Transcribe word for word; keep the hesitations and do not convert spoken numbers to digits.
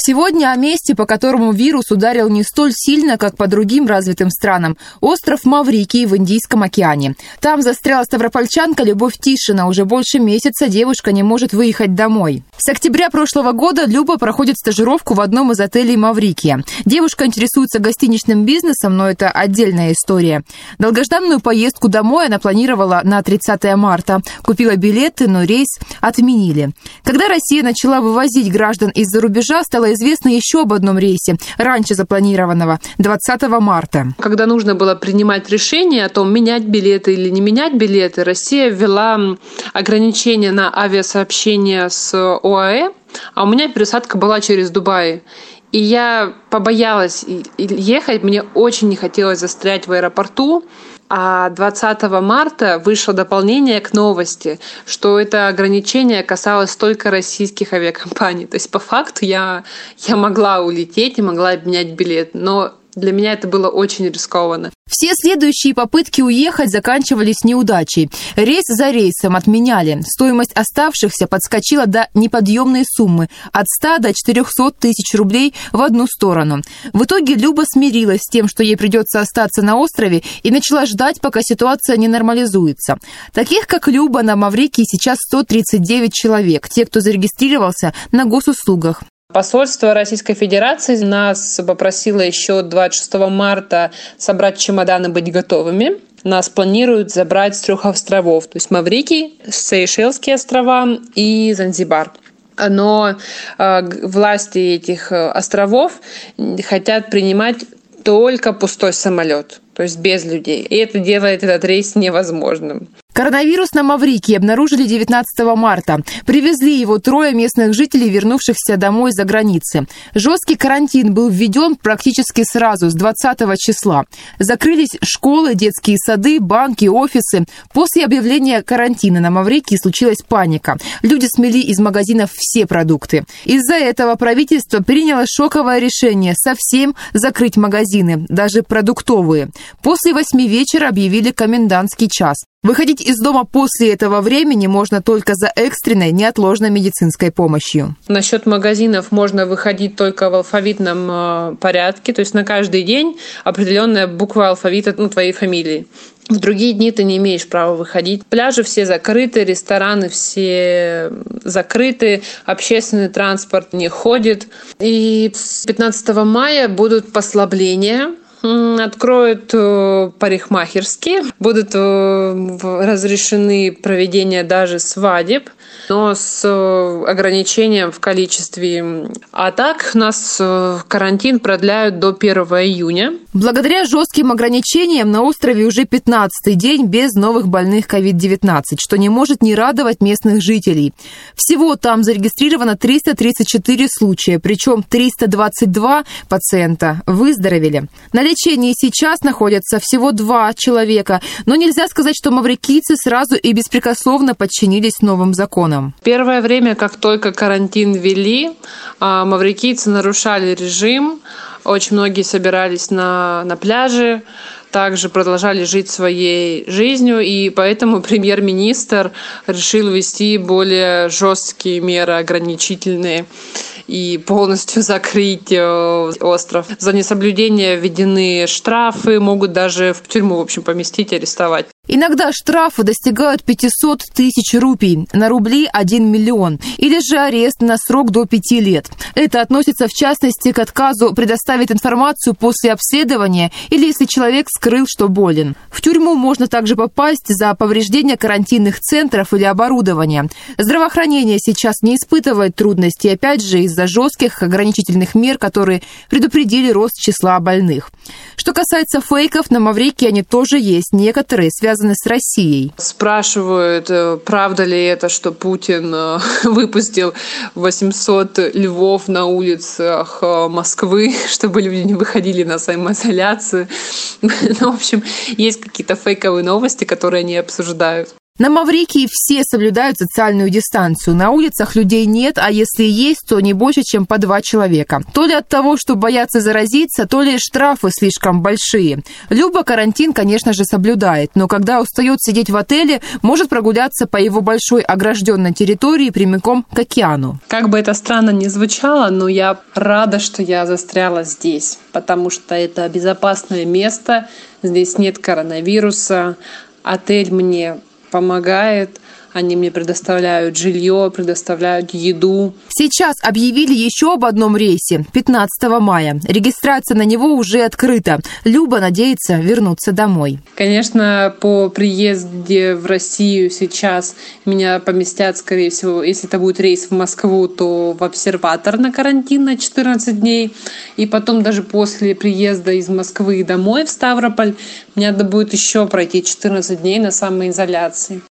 Сегодня о месте, по которому вирус ударил не столь сильно, как по другим развитым странам. Остров Маврикий в Индийском океане. Там застряла ставропольчанка Любовь Тишина. Уже больше месяца девушка не может выехать домой. С октября прошлого года Люба проходит стажировку в одном из отелей Маврикия. Девушка интересуется гостиничным бизнесом, но это отдельная история. Долгожданную поездку домой она планировала на тридцатое марта. Купила билеты, но рейс отменили. Когда Россия начала вывозить граждан из-за рубежа, стало известно еще об одном рейсе, раньше запланированного, двадцатого марта. Когда нужно было принимать решение о том, менять билеты или не менять билеты, Россия ввела ограничения на авиасообщение с ОАЭ, а у меня пересадка была через Дубай. И я побоялась ехать, мне очень не хотелось застрять в аэропорту. А двадцатого марта вышло дополнение к новости, что это ограничение касалось только российских авиакомпаний. То есть по факту я, я могла улететь и могла обменять билет, но для меня это было очень рискованно. Все следующие попытки уехать заканчивались неудачей. Рейс за рейсом отменяли. Стоимость оставшихся подскочила до неподъемной суммы – от ста до четырехсот тысяч рублей в одну сторону. В итоге Люба смирилась с тем, что ей придется остаться на острове, и начала ждать, пока ситуация не нормализуется. Таких, как Люба, на Маврикии сейчас сто тридцать девять человек, те, кто зарегистрировался на госуслугах. Посольство Российской Федерации нас попросило еще двадцать шестого марта собрать чемоданы, быть готовыми. Нас планируют забрать с трех островов, то есть Маврикий, Сейшельские острова и Занзибар. Но э, власти этих островов хотят принимать только пустой самолет, то есть без людей. И это делает этот рейс невозможным. Коронавирус на Маврикии обнаружили девятнадцатого марта. Привезли его трое местных жителей, вернувшихся домой из-за границы. Жесткий карантин был введен практически сразу, с двадцатого числа. Закрылись школы, детские сады, банки, офисы. После объявления карантина на Маврикии случилась паника. Люди смели из магазинов все продукты. Из-за этого правительство приняло шоковое решение совсем закрыть магазины, даже продуктовые. После восьми вечера объявили комендантский час. Выходить из дома после этого времени можно только за экстренной, неотложной медицинской помощью. Насчет магазинов можно выходить только в алфавитном порядке, то есть на каждый день определенная буква алфавита, ну, твоей фамилии. В другие дни ты не имеешь права выходить. Пляжи все закрыты, рестораны все закрыты, общественный транспорт не ходит. И с пятнадцатого мая будут послабления. Откроют парикмахерские, будут разрешены проведения даже свадеб, но с ограничением в количестве. А так нас карантин продляют до первого июня. Благодаря жестким ограничениям на острове уже пятнадцатый день без новых больных ковид девятнадцать, что не может не радовать местных жителей. Всего там зарегистрировано триста тридцать четыре случая, причем триста двадцать два пациента выздоровели. На лечении сейчас находятся всего два человека, но нельзя сказать, что маврикийцы сразу и беспрекословно подчинились новым законам. Первое время, как только карантин ввели, маврикийцы нарушали режим. Очень многие собирались на, на пляже, также продолжали жить своей жизнью, и поэтому премьер-министр решил ввести более жесткие меры ограничительные и полностью закрыть остров. За несоблюдение введены штрафы, могут даже в тюрьму, в общем, поместить, арестовать. Иногда штрафы достигают пятьсот тысяч рупий, на рубли один миллион, или же арест на срок до пяти лет. Это относится в частности к отказу предоставить информацию после обследования или если человек скрыл, что болен. В тюрьму можно также попасть за повреждение карантинных центров или оборудования. Здравоохранение сейчас не испытывает трудностей, опять же, из-за жестких ограничительных мер, которые предупредили рост числа больных. Что касается фейков, на Маврикии они тоже есть, некоторые связаны с Россией. Спрашивают, правда ли это, что Путин выпустил восемьсот львов на улицах Москвы, чтобы люди не выходили на самоизоляцию. Ну, в общем, есть какие-то фейковые новости, которые они обсуждают. На Маврикии все соблюдают социальную дистанцию. На улицах людей нет, а если есть, то не больше, чем по два человека. То ли от того, что боятся заразиться, то ли штрафы слишком большие. Люба карантин, конечно же, соблюдает, но когда устает сидеть в отеле, может прогуляться по его большой огражденной территории прямиком к океану. Как бы это странно ни звучало, но я рада, что я застряла здесь, потому что это безопасное место, здесь нет коронавируса, отель мне помогает, они мне предоставляют жилье, предоставляют еду. Сейчас объявили еще об одном рейсе пятнадцатого мая. Регистрация на него уже открыта. Люба надеется вернуться домой. Конечно, по приезде в Россию сейчас меня поместят, скорее всего, если это будет рейс в Москву, то в обсерватор на карантин на четырнадцать дней. И потом даже после приезда из Москвы домой в Ставрополь мне надо будет еще пройти четырнадцать дней на самоизоляции.